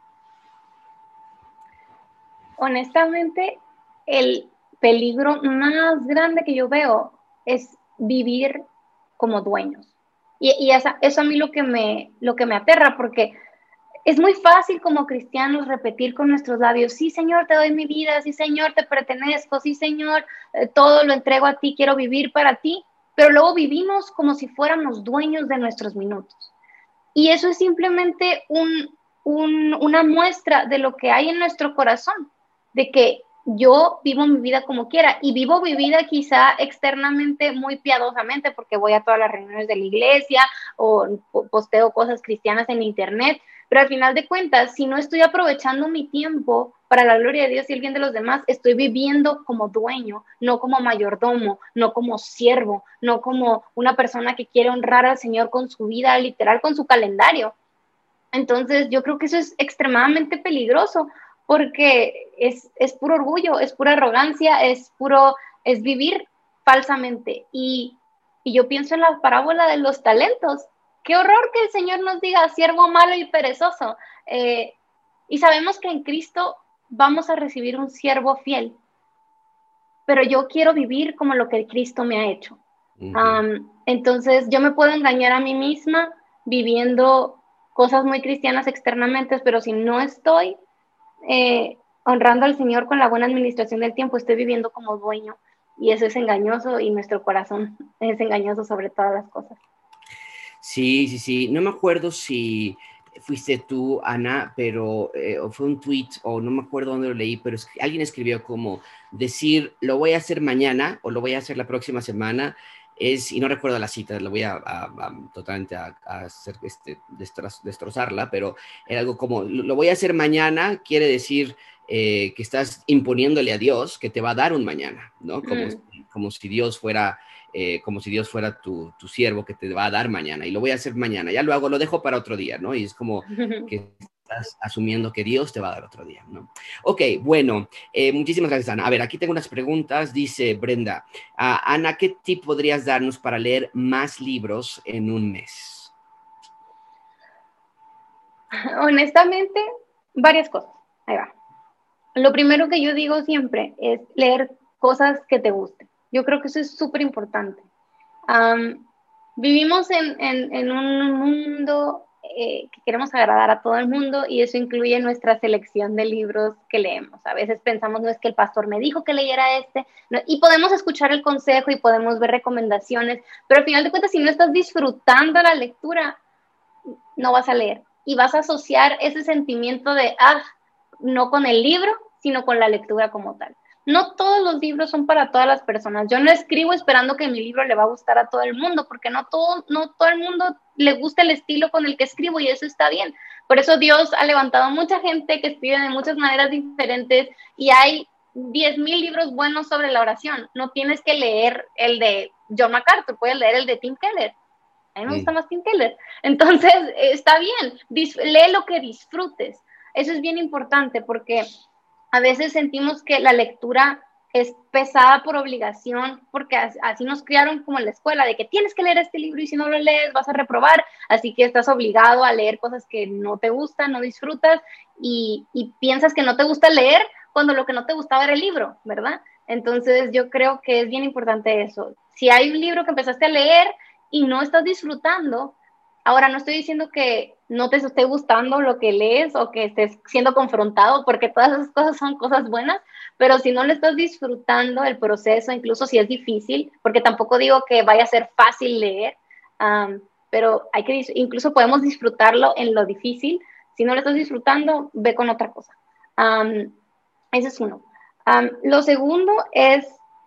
B: Honestamente, el peligro más grande que yo veo es vivir como dueños. Y, y esa, eso a mí lo que, me, lo que me aterra, porque es muy fácil como cristianos repetir con nuestros labios, sí, Señor, te doy mi vida, sí, Señor, te pertenezco, sí, Señor, eh, todo lo entrego a ti, quiero vivir para ti, pero luego vivimos como si fuéramos dueños de nuestros minutos. Y eso es simplemente un, un, una muestra de lo que hay en nuestro corazón, de que yo vivo mi vida como quiera y vivo mi vida quizá externamente muy piadosamente porque voy a todas las reuniones de la iglesia o posteo cosas cristianas en internet, pero al final de cuentas, si no estoy aprovechando mi tiempo para la gloria de Dios y el bien de los demás, estoy viviendo como dueño, no como mayordomo, no como siervo, no como una persona que quiere honrar al Señor con su vida, literal, con su calendario. Entonces, yo creo que eso es extremadamente peligroso porque es, es puro orgullo, es pura arrogancia, es puro, es vivir falsamente. Y, y yo pienso en la parábola de los talentos. Qué horror que el Señor nos diga siervo malo y perezoso. Eh, y sabemos que en Cristo vamos a recibir un siervo fiel, pero yo quiero vivir como lo que Cristo me ha hecho. Uh-huh. Um, entonces, yo me puedo engañar a mí misma viviendo cosas muy cristianas externamente, pero si no estoy eh, honrando al Señor con la buena administración del tiempo, estoy viviendo como dueño, y eso es engañoso, y nuestro corazón es engañoso sobre todas las cosas.
A: Sí, sí, sí. No me acuerdo si fuiste tú, Ana, pero eh, fue un tweet o no me acuerdo dónde lo leí, pero es que alguien escribió como decir lo voy a hacer mañana o lo voy a hacer la próxima semana es, y no recuerdo la cita, lo voy a, a, a totalmente a, a hacer, este, destro- destrozarla, pero era algo como lo voy a hacer mañana, quiere decir eh, que estás imponiéndole a Dios que te va a dar un mañana, ¿no? Como, mm. como si Dios fuera... Eh, como si Dios fuera tu, tu siervo que te va a dar mañana y lo voy a hacer mañana, ya lo hago, lo dejo para otro día, ¿no? Y es como que estás asumiendo que Dios te va a dar otro día, ¿no? Ok, bueno, eh, muchísimas gracias, Ana. A ver, aquí tengo unas preguntas, dice Brenda. Uh, Ana, ¿qué tip podrías darnos para leer más libros en un mes?
B: Honestamente, varias cosas. Ahí va. Lo primero que yo digo siempre es leer cosas que te gusten. Yo creo que eso es súper importante. Um, vivimos en, en, en un mundo eh, que queremos agradar a todo el mundo y eso incluye nuestra selección de libros que leemos. A veces pensamos, no es que el pastor me dijo que leyera este, no, y podemos escuchar el consejo y podemos ver recomendaciones, pero al final de cuentas, si no estás disfrutando la lectura, no vas a leer y vas a asociar ese sentimiento de, ah, no con el libro, sino con la lectura como tal. No todos los libros son para todas las personas. Yo no escribo esperando que mi libro le va a gustar a todo el mundo, porque no todo, no todo el mundo le gusta el estilo con el que escribo y eso está bien. Por eso Dios ha levantado mucha gente que escribe de muchas maneras diferentes y hay diez mil libros buenos sobre la oración. No tienes que leer el de John MacArthur, puedes leer el de Tim Keller. A mí me gusta más Tim Keller. Entonces, está bien, lee lo que disfrutes. Eso es bien importante porque a veces sentimos que la lectura es pesada por obligación, porque así nos criaron como en la escuela, de que tienes que leer este libro y si no lo lees vas a reprobar, así que estás obligado a leer cosas que no te gustan, no disfrutas y, y piensas que no te gusta leer cuando lo que no te gustaba era el libro, ¿verdad? Entonces yo creo que es bien importante eso. Si hay un libro que empezaste a leer y no estás disfrutando, ahora no estoy diciendo que no te esté gustando lo que lees o que estés siendo confrontado, porque todas esas cosas son cosas buenas, pero si no le estás disfrutando el proceso, incluso si es difícil, porque tampoco digo que vaya a ser fácil leer, um, pero hay que, incluso podemos disfrutarlo en lo difícil. Si no lo estás disfrutando, ve con otra cosa. Um, ese es uno. Um, lo segundo es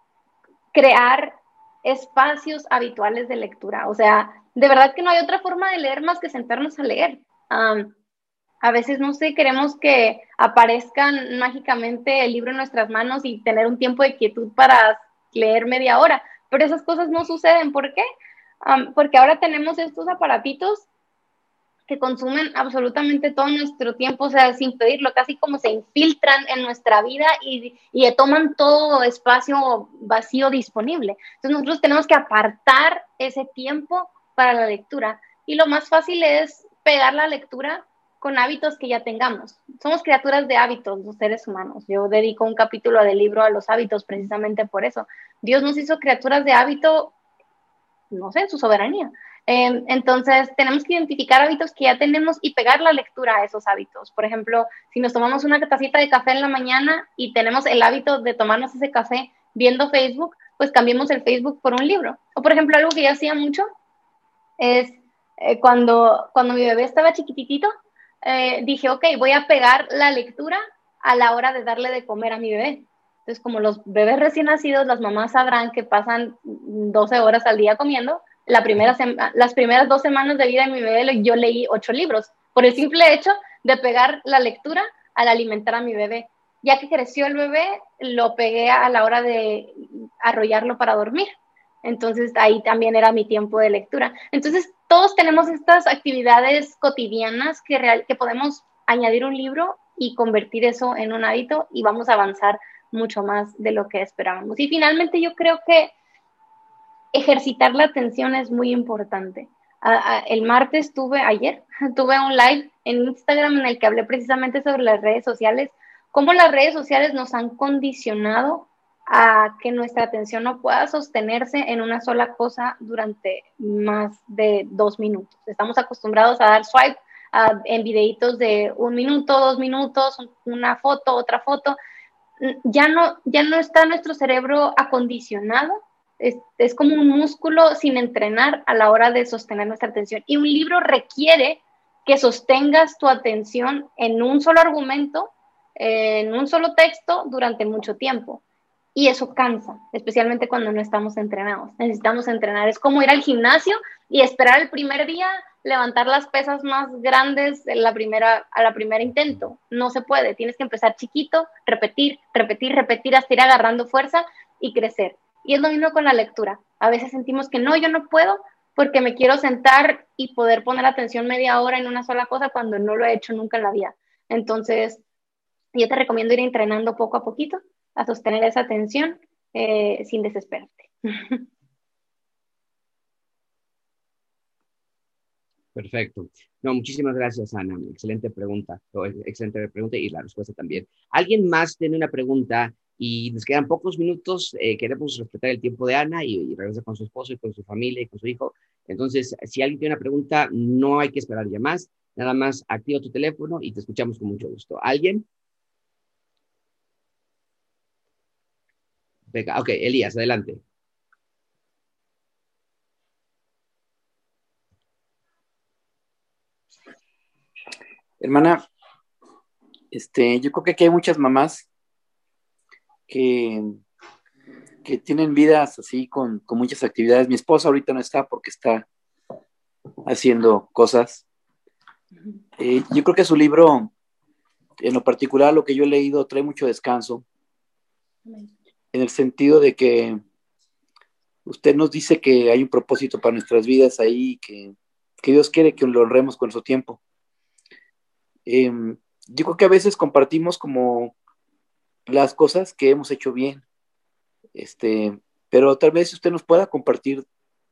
B: crear espacios habituales de lectura. O sea, de verdad que no hay otra forma de leer más que sentarnos a leer. Um, a veces, no sé, queremos que aparezcan mágicamente el libro en nuestras manos y tener un tiempo de quietud para leer media hora, pero esas cosas no suceden. ¿Por qué? Um, porque ahora tenemos estos aparatitos que consumen absolutamente todo nuestro tiempo, o sea, sin pedirlo, casi como se infiltran en nuestra vida y, y toman todo espacio vacío disponible. Entonces nosotros tenemos que apartar ese tiempo para la lectura. y lo más fácil es pegar la lectura con hábitos que ya tengamos. Somos criaturas de hábitos, los seres humanos. Yo dedico un capítulo del libro a los hábitos precisamente por eso. Dios nos hizo criaturas de hábito, no sé, en su soberanía. Eh, entonces, tenemos que identificar hábitos que ya tenemos y pegar la lectura a esos hábitos. Por ejemplo, si nos tomamos una tacita de café en la mañana y tenemos el hábito de tomarnos ese café viendo Facebook, pues cambiemos el Facebook por un libro. O, por ejemplo, algo que yo hacía mucho es eh, cuando, cuando mi bebé estaba chiquitito, eh, dije, ok, voy a pegar la lectura a la hora de darle de comer a mi bebé. Entonces, como los bebés recién nacidos, las mamás sabrán que pasan doce horas al día comiendo. La primera las primeras dos semanas de vida de mi bebé yo leí ocho libros, por el simple hecho de pegar la lectura al alimentar a mi bebé. Ya que creció el bebé, lo pegué a la hora de arrollarlo para dormir. Entonces ahí también era mi tiempo de lectura. Entonces todos tenemos estas actividades cotidianas que, real, que podemos añadir un libro y convertir eso en un hábito y vamos a avanzar mucho más de lo que esperábamos. Y finalmente yo creo que ejercitar la atención es muy importante. A, a, el martes tuve, ayer, tuve un live en Instagram en el que hablé precisamente sobre las redes sociales, cómo las redes sociales nos han condicionado a que nuestra atención no pueda sostenerse en una sola cosa durante más de dos minutos. Estamos acostumbrados a dar swipe a, en videitos de un minuto, dos minutos, una foto, otra foto. Ya no, ya no está nuestro cerebro acondicionado. Es, es como un músculo sin entrenar a la hora de sostener nuestra atención. Y un libro requiere que sostengas tu atención en un solo argumento, en un solo texto durante mucho tiempo. Y eso cansa, especialmente cuando no estamos entrenados. Necesitamos entrenar. Es como ir al gimnasio y esperar el primer día levantar las pesas más grandes en la primera, a la primera intento. No se puede. Tienes que empezar chiquito, repetir, repetir, repetir hasta ir agarrando fuerza y crecer. Y es lo mismo con la lectura. A veces sentimos que no, yo no puedo porque me quiero sentar y poder poner atención media hora en una sola cosa cuando no lo he hecho nunca en la vida. Entonces, yo te recomiendo ir entrenando poco a poquito a sostener esa atención eh, sin desesperarte.
A: Perfecto. No, muchísimas gracias, Ana. Excelente pregunta. Excelente pregunta y la respuesta también. ¿Alguien más tiene una pregunta? Y nos quedan pocos minutos. Eh, queremos respetar el tiempo de Ana y, y regresa con su esposo y con su familia y con su hijo. Entonces, si alguien tiene una pregunta, no hay que esperar ya más. Nada más activa tu teléfono y te escuchamos con mucho gusto. ¿Alguien? Venga, ok, Elías, adelante.
C: Hermana, este, yo creo que aquí hay muchas mamás que, que tienen vidas así con, con muchas actividades. Mi esposa ahorita no está porque está haciendo cosas. Eh, yo creo que su libro, en lo particular, lo que yo he leído, trae mucho descanso, en el sentido de que usted nos dice que hay un propósito para nuestras vidas ahí, que, que Dios quiere que lo honremos con su tiempo. Eh, yo creo que a veces compartimos como las cosas que hemos hecho bien, este, pero tal vez usted nos pueda compartir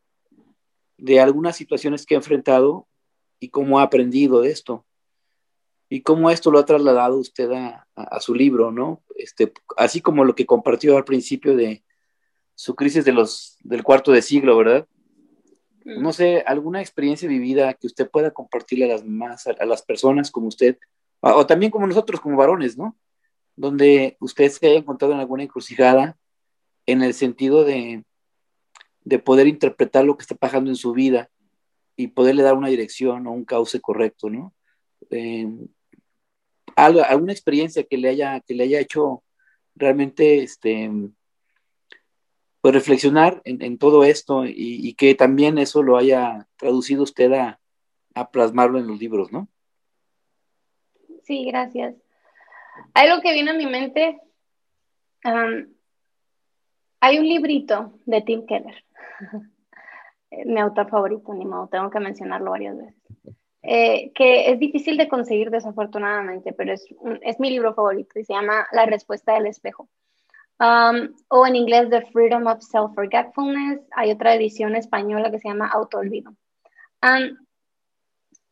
C: de algunas situaciones que ha enfrentado y cómo ha aprendido de esto y cómo esto lo ha trasladado usted a, a, a su libro, ¿no? Este, así como lo que compartió al principio de su crisis de los, del cuarto de siglo, ¿verdad? Mm. No sé, alguna experiencia vivida que usted pueda compartirle a las más, a, a las personas como usted, o, o también como nosotros, como varones, ¿no? Donde usted se haya encontrado en alguna encrucijada en el sentido de, de poder interpretar lo que está pasando en su vida y poderle dar una dirección o un cauce correcto, ¿no? Eh, algo, alguna experiencia que le haya, que le haya hecho realmente este, pues reflexionar en, en todo esto y, y que también eso lo haya traducido usted a, a plasmarlo en los libros, ¿no?
B: Sí, gracias. Algo que viene a mi mente, um, hay un librito de Tim Keller, mi autor favorito, ni modo, tengo que mencionarlo varias veces, eh, que es difícil de conseguir desafortunadamente, pero es, es mi libro favorito y se llama La respuesta del espejo. Um, o en inglés The Freedom of Self-Forgetfulness. Hay otra edición española que se llama Autoolvido. Um,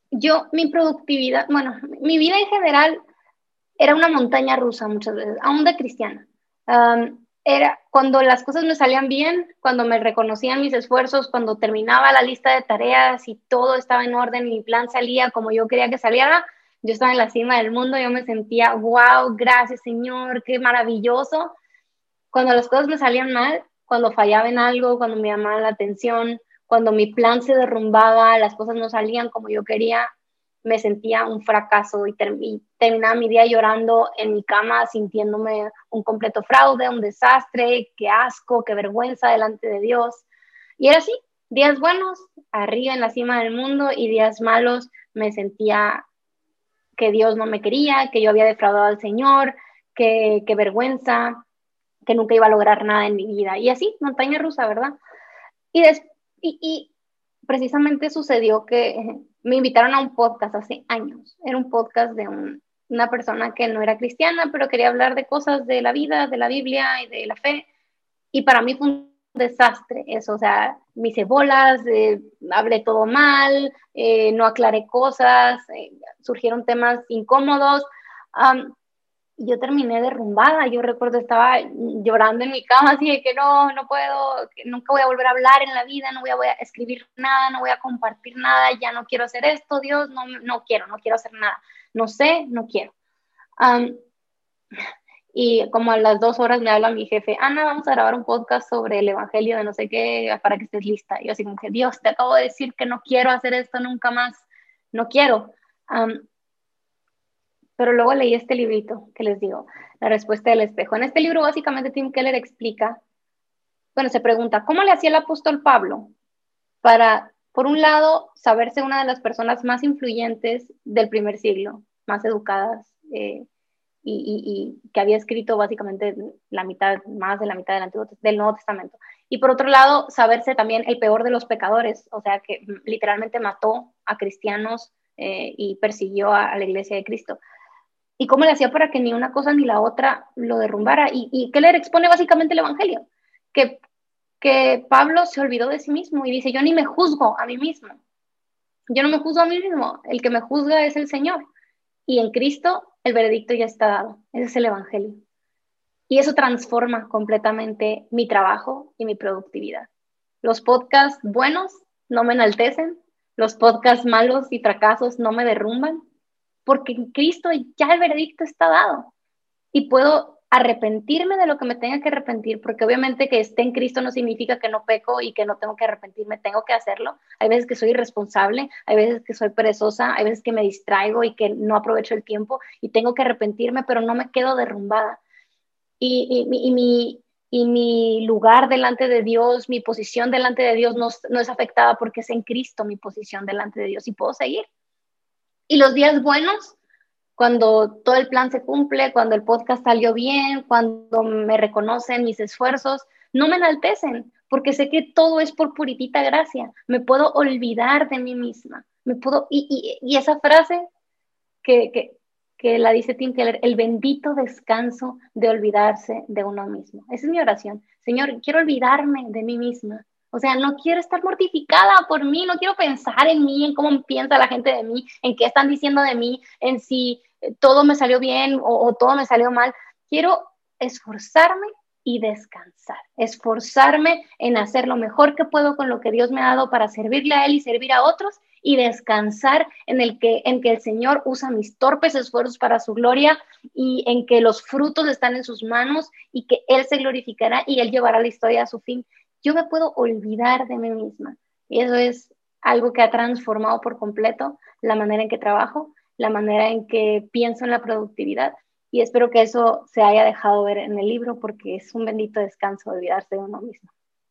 B: yo, mi productividad, bueno, mi vida en general era una montaña rusa muchas veces, aún de cristiana. Um, era cuando las cosas me salían bien, cuando me reconocían mis esfuerzos, cuando terminaba la lista de tareas y todo estaba en orden, mi plan salía como yo quería que saliera, yo estaba en la cima del mundo, yo me sentía, wow, gracias Señor, qué maravilloso. Cuando las cosas me salían mal, cuando fallaba en algo, cuando me llamaban la atención, cuando mi plan se derrumbaba, las cosas no salían como yo quería, me sentía un fracaso y, ter y terminaba mi día llorando en mi cama, sintiéndome un completo fraude, un desastre, qué asco, qué vergüenza delante de Dios. Y era así, días buenos, arriba en la cima del mundo, y días malos, me sentía que Dios no me quería, que yo había defraudado al Señor, que, que vergüenza, que nunca iba a lograr nada en mi vida. Y así, montaña rusa, ¿verdad? Y, des y, y precisamente sucedió que me invitaron a un podcast hace años. Era un podcast de un, una persona que no era cristiana, pero quería hablar de cosas de la vida, de la Biblia y de la fe. Y para mí fue un desastre eso, o sea, me hice bolas, eh, hablé todo mal, eh, no aclaré cosas, eh, surgieron temas incómodos. Um, y yo terminé derrumbada. Yo recuerdo estaba llorando en mi cama así de que no, no puedo, que nunca voy a volver a hablar en la vida, no voy a, voy a escribir nada, no voy a compartir nada, ya no quiero hacer esto, Dios, no, no quiero, no quiero hacer nada, no sé, no quiero. Um, y como a las dos horas me habla mi jefe, Ana, vamos a grabar un podcast sobre el evangelio de no sé qué para que estés lista. Y yo así como que, Dios, te acabo de decir que no quiero hacer esto nunca más, no quiero. Um, Pero luego leí este librito que les digo, La respuesta del espejo. En este libro básicamente Tim Keller explica, bueno, se pregunta, ¿cómo le hacía el apóstol Pablo para, por un lado, saberse una de las personas más influyentes del primer siglo, más educadas, eh, y, y, y que había escrito básicamente la mitad, más de la mitad del, Antiguo, del Nuevo Testamento? Y por otro lado, saberse también el peor de los pecadores, o sea, que literalmente mató a cristianos eh, y persiguió a, a la iglesia de Cristo. ¿Y cómo le hacía para que ni una cosa ni la otra lo derrumbara? Y, y Keller expone básicamente el Evangelio, que, que Pablo se olvidó de sí mismo y dice, yo ni me juzgo a mí mismo, yo no me juzgo a mí mismo, el que me juzga es el Señor. Y en Cristo el veredicto ya está dado, ese es el Evangelio. Y eso transforma completamente mi trabajo y mi productividad. Los podcasts buenos no me enaltecen, los podcasts malos y fracasos no me derrumban, porque en Cristo ya el veredicto está dado y puedo arrepentirme de lo que me tenga que arrepentir, porque obviamente que esté en Cristo no significa que no peco y que no tengo que arrepentirme, tengo que hacerlo. Hay veces que soy irresponsable, hay veces que soy perezosa, hay veces que me distraigo y que no aprovecho el tiempo y tengo que arrepentirme, pero no me quedo derrumbada. Y, y, y mi, y mi lugar delante de Dios, mi posición delante de Dios no, no es afectada porque es en Cristo mi posición delante de Dios y puedo seguir. Y los días buenos, cuando todo el plan se cumple, cuando el podcast salió bien, cuando me reconocen mis esfuerzos, no me enaltecen, porque sé que todo es por puritita gracia. Me puedo olvidar de mí misma. Me puedo, y, y, y esa frase que, que, que la dice Tim Keller, el bendito descanso de olvidarse de uno mismo. Esa es mi oración. Señor, quiero olvidarme de mí misma. O sea, no quiero estar mortificada por mí, no quiero pensar en mí, en cómo piensa la gente de mí, en qué están diciendo de mí, en si todo me salió bien o, o todo me salió mal. Quiero esforzarme y descansar, esforzarme en hacer lo mejor que puedo con lo que Dios me ha dado para servirle a Él y servir a otros, y descansar en el que, en que el Señor usa mis torpes esfuerzos para su gloria y en que los frutos están en sus manos y que Él se glorificará y Él llevará la historia a su fin. Yo me puedo olvidar de mí misma y eso es algo que ha transformado por completo la manera en que trabajo, la manera en que pienso en la productividad, y espero que eso se haya dejado ver en el libro porque es un bendito descanso olvidarse de uno mismo.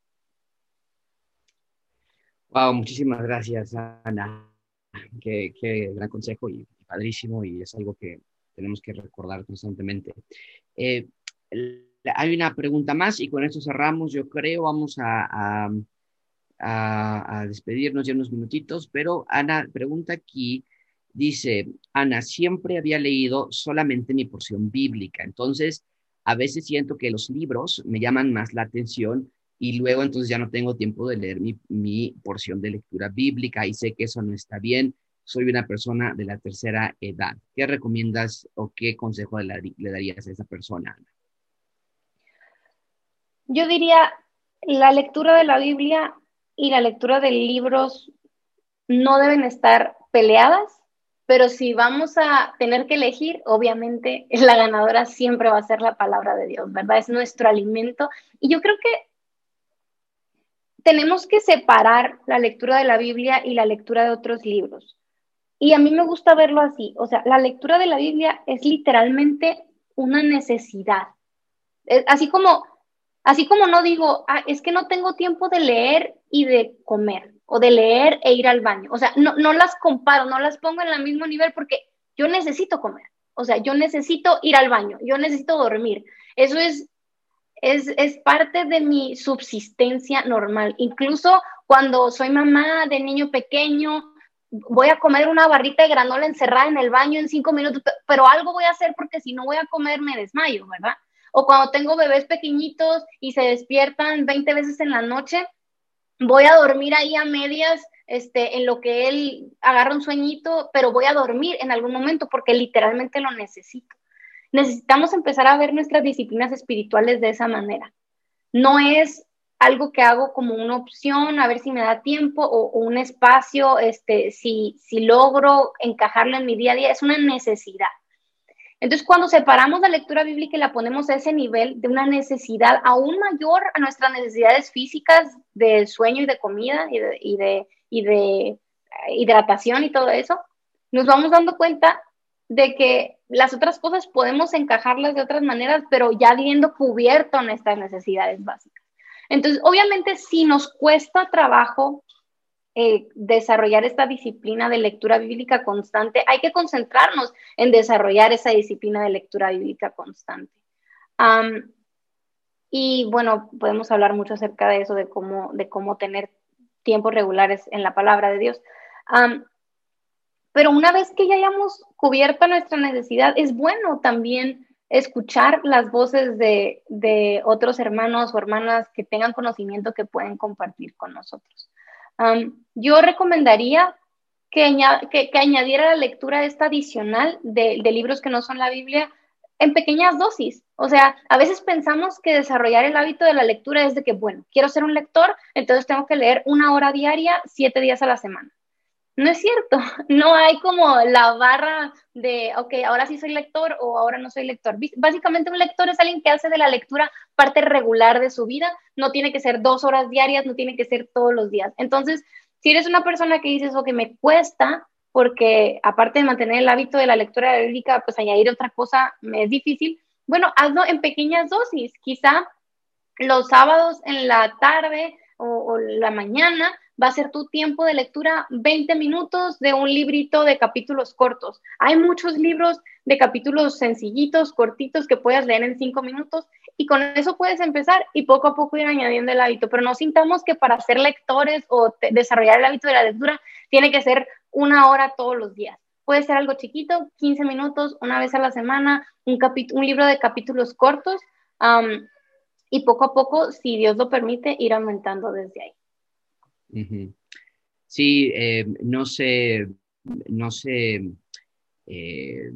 A: Wow, muchísimas gracias, Ana. Qué, qué gran consejo y, y padrísimo, y es algo que tenemos que recordar constantemente. Eh, hay una pregunta más y con esto cerramos, yo creo. Vamos a, a, a, a despedirnos ya unos minutitos, pero Ana pregunta aquí, dice, Ana, siempre había leído solamente mi porción bíblica, entonces a veces siento que los libros me llaman más la atención y luego entonces ya no tengo tiempo de leer mi, mi porción de lectura bíblica y sé que eso no está bien. soy una persona de la tercera edad. ¿Qué recomiendas o qué consejo le, le darías a esa persona, Ana?
B: Yo diría, la lectura de la Biblia y la lectura de libros no deben estar peleadas, pero si vamos a tener que elegir, obviamente la ganadora siempre va a ser la palabra de Dios, ¿verdad? Es nuestro alimento. Y yo creo que tenemos que separar la lectura de la Biblia y la lectura de otros libros. Y a mí me gusta verlo así, o sea, la lectura de la Biblia es literalmente una necesidad. Así como, así como no digo, ah, es que no tengo tiempo de leer y de comer, o de leer e ir al baño. O sea, no, no las comparo, no las pongo en el mismo nivel porque yo necesito comer. O sea, yo necesito ir al baño, yo necesito dormir. Eso es, es, es parte de mi subsistencia normal. Incluso cuando soy mamá de niño pequeño, voy a comer una barrita de granola encerrada en el baño en cinco minutos, pero algo voy a hacer porque si no voy a comer me desmayo, ¿verdad? O cuando tengo bebés pequeñitos y se despiertan veinte veces en la noche, voy a dormir ahí a medias, este, en lo que él agarra un sueñito, pero voy a dormir en algún momento porque literalmente lo necesito. Necesitamos empezar a ver nuestras disciplinas espirituales de esa manera. No es algo que hago como una opción, a ver si me da tiempo o, o un espacio, este, si, si logro encajarlo en mi día a día, es una necesidad. Entonces, cuando separamos la lectura bíblica y la ponemos a ese nivel de una necesidad aún mayor a nuestras necesidades físicas de sueño y de comida y de, y de, y de hidratación y todo eso, nos vamos dando cuenta de que las otras cosas podemos encajarlas de otras maneras, pero ya viendo cubierto nuestras necesidades básicas. Entonces, obviamente, si nos cuesta trabajo Eh, desarrollar esta disciplina de lectura bíblica constante, hay que concentrarnos en desarrollar esa disciplina de lectura bíblica constante. Um, y bueno, podemos hablar mucho acerca de eso, de cómo, de cómo tener tiempos regulares en la palabra de Dios. Um, pero una vez que ya hayamos cubierto nuestra necesidad, es bueno también escuchar las voces de, de otros hermanos o hermanas que tengan conocimiento que pueden compartir con nosotros. Um, yo recomendaría que, añad que, que añadiera la lectura esta adicional de, de libros que no son la Biblia en pequeñas dosis. O sea, a veces pensamos que desarrollar el hábito de la lectura es de que, bueno, quiero ser un lector, entonces tengo que leer una hora diaria, siete días a la semana. No es cierto, no hay como la barra de, ok, ahora sí soy lector o ahora no soy lector. Básicamente un lector es alguien que hace de la lectura parte regular de su vida, no tiene que ser dos horas diarias, no tiene que ser todos los días. Entonces, si eres una persona que dices, ok, me cuesta, porque aparte de mantener el hábito de la lectura bíblica, pues añadir otra cosa me es difícil, bueno, hazlo en pequeñas dosis, quizá los sábados en la tarde o, o la mañana va a ser tu tiempo de lectura veinte minutos de un librito de capítulos cortos. Hay muchos libros de capítulos sencillitos, cortitos, que puedes leer en cinco minutos y con eso puedes empezar y poco a poco ir añadiendo el hábito. Pero no sintamos que para ser lectores o desarrollar el hábito de la lectura tiene que ser una hora todos los días. Puede ser algo chiquito, quince minutos, una vez a la semana, un, un libro de capítulos cortos um, y poco a poco, si Dios lo permite, ir aumentando desde ahí.
A: Uh-huh. Sí, eh, no sé, no sé, eh,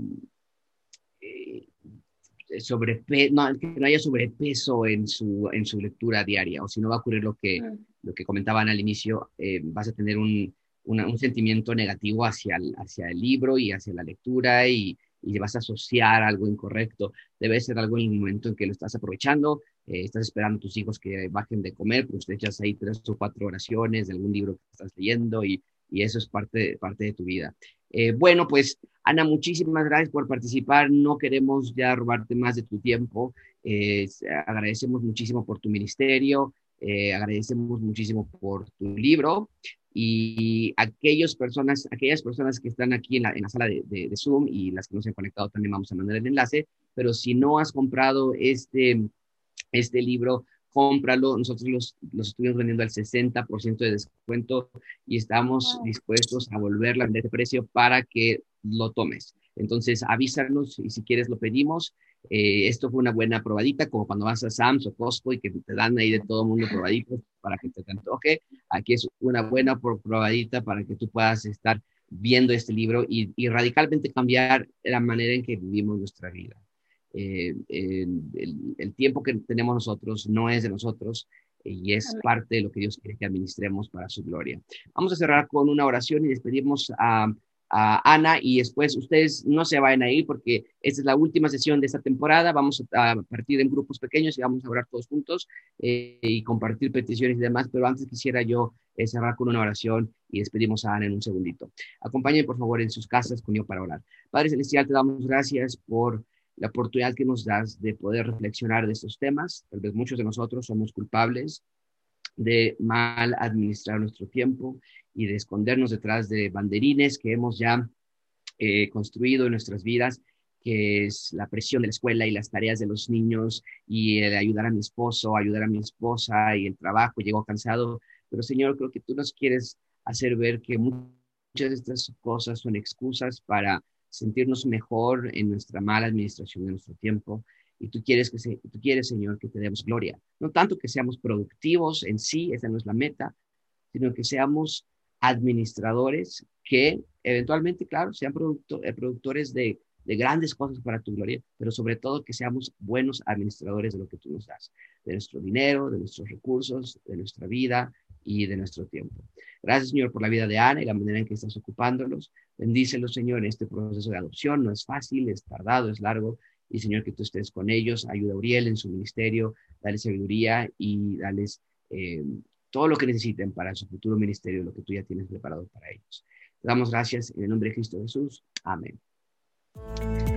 A: eh, sobrepe no, que no haya sobrepeso en su, en su lectura diaria, o si no va a ocurrir lo que, uh-huh. lo que comentaban al inicio, eh, vas a tener un, una, un sentimiento negativo hacia el, hacia el libro y hacia la lectura y, y vas a asociar algo incorrecto. Debe ser algo en el momento en que lo estás aprovechando. Eh, estás esperando a tus hijos que bajen de comer, pues te echas ahí tres o cuatro oraciones de algún libro que estás leyendo y, y eso es parte, parte de tu vida. Eh, bueno, pues Ana, muchísimas gracias por participar. No queremos ya robarte más de tu tiempo. Eh, agradecemos muchísimo por tu ministerio, eh, agradecemos muchísimo por tu libro y aquellas personas, aquellas personas que están aquí en la, en la sala de, de, de Zoom y las que no se han conectado también vamos a mandar el enlace, pero si no has comprado este este libro, cómpralo. Nosotros los, los estuvimos vendiendo al sesenta por ciento de descuento y estamos wow. dispuestos a volverla a vender de precio para que lo tomes. Entonces, avísanos y si quieres lo pedimos. Eh, esto fue una buena probadita, como cuando vas a Sam's o Costco y que te dan ahí de todo el mundo probaditos para que te antoje. Aquí es una buena probadita para que tú puedas estar viendo este libro y, y radicalmente cambiar la manera en que vivimos nuestra vida. Eh, el, el, el tiempo que tenemos nosotros no es de nosotros y es
B: Amén.
A: parte de lo que Dios quiere que administremos para su gloria. Vamos a cerrar con una oración y despedimos a, a Ana, y después ustedes no se vayan a ir porque esta es la última sesión de esta temporada. Vamos a, a partir en grupos pequeños y vamos a orar todos juntos eh, y compartir peticiones y demás, pero antes quisiera yo eh, cerrar con una oración y despedimos a Ana en un segundito. Acompáñenme por favor en sus casas conmigo para orar. Padre Celestial, te damos gracias por la oportunidad que nos das de poder reflexionar de estos temas. Tal vez muchos de nosotros somos culpables de mal administrar nuestro tiempo y de escondernos detrás de banderines que hemos ya eh, construido en nuestras vidas, que es la presión de la escuela y las tareas de los niños y el ayudar a mi esposo, ayudar a mi esposa y el trabajo. Llego cansado, pero Señor, creo que tú nos quieres hacer ver que muchas de estas cosas son excusas para sentirnos mejor en nuestra mala administración de nuestro tiempo. Y tú quieres, que se, tú quieres, Señor, que te demos gloria. No tanto que seamos productivos en sí, esa no es la meta, sino que seamos administradores que eventualmente, claro, sean producto, eh, productores de, de grandes cosas para tu gloria, pero sobre todo que seamos buenos administradores de lo que tú nos das, de nuestro dinero, de nuestros recursos, de nuestra vida y de nuestro tiempo. Gracias, Señor, por la vida de Ana y la manera en que estás ocupándolos. Bendícelos, Señor, en este proceso de adopción. No es fácil, es tardado, es largo. Y, Señor, que tú estés con ellos. Ayuda a Uriel en su ministerio, dale sabiduría y dales eh, todo lo que necesiten para su futuro ministerio, lo que tú ya tienes preparado para ellos. Te damos gracias en el nombre de Cristo Jesús. Amén.